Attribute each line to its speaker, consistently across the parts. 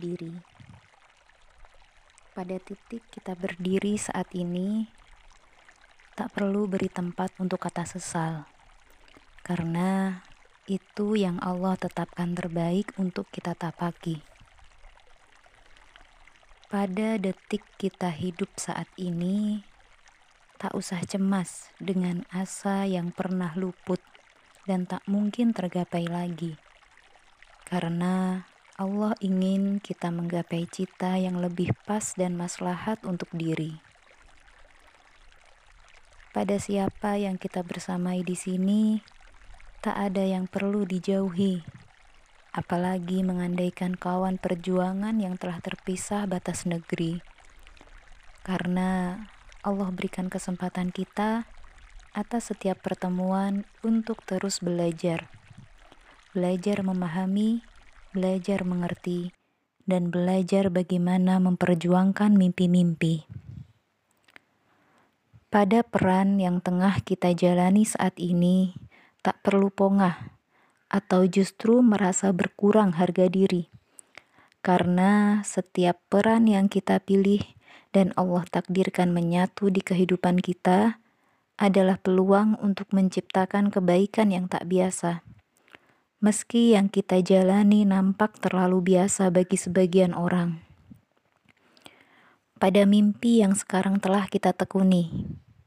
Speaker 1: diri. Pada titik kita berdiri saat ini, tak perlu beri tempat untuk kata sesal, karena itu yang Allah tetapkan terbaik untuk kita tapaki. Pada detik kita hidup saat ini, tak usah cemas dengan asa yang pernah luput dan tak mungkin tergapai lagi. Karena Allah ingin kita menggapai cita yang lebih pas dan maslahat untuk diri. Pada siapa yang kita bersamai di sini, tak ada yang perlu dijauhi. Apalagi mengandaikan kawan perjuangan yang telah terpisah batas negeri. Karena Allah berikan kesempatan kita atas setiap pertemuan untuk terus belajar. Belajar memahami, belajar mengerti, dan belajar bagaimana memperjuangkan mimpi-mimpi. Pada peran yang tengah kita jalani saat ini, tak perlu pongah atau justru merasa berkurang harga diri. Karena setiap peran yang kita pilih dan Allah takdirkan menyatu di kehidupan kita adalah peluang untuk menciptakan kebaikan yang tak biasa. Meski yang kita jalani nampak terlalu biasa bagi sebagian orang. Pada mimpi yang sekarang telah kita tekuni,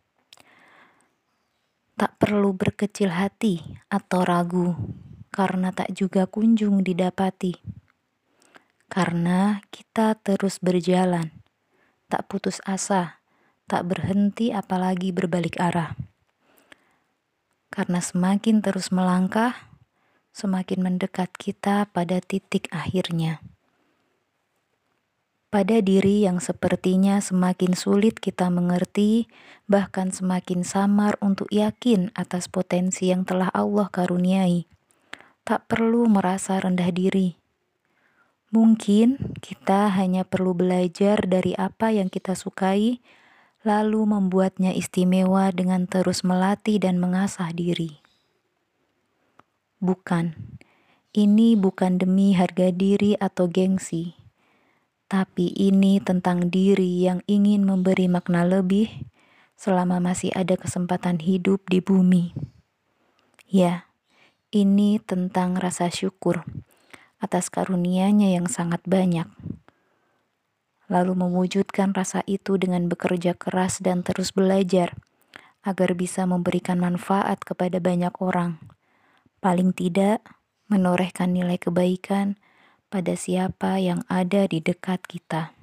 Speaker 1: tak perlu berkecil hati atau ragu, karena tak juga kunjung didapati. Karena kita terus berjalan, tak putus asa, tak berhenti apalagi berbalik arah. Karena semakin terus melangkah, semakin mendekat kita pada titik akhirnya. Pada diri yang sepertinya semakin sulit kita mengerti, bahkan semakin samar untuk yakin atas potensi yang telah Allah karuniai. Tak perlu merasa rendah diri. Mungkin kita hanya perlu belajar dari apa yang kita sukai, lalu membuatnya istimewa dengan terus melatih dan mengasah diri. Bukan, ini bukan demi harga diri atau gengsi, tapi ini tentang diri yang ingin memberi makna lebih selama masih ada kesempatan hidup di bumi. Ya, ini tentang rasa syukur atas karunia-Nya yang sangat banyak. Lalu mewujudkan rasa itu dengan bekerja keras dan terus belajar agar bisa memberikan manfaat kepada banyak orang. Paling tidak, menorehkan nilai kebaikan pada siapa yang ada di dekat kita.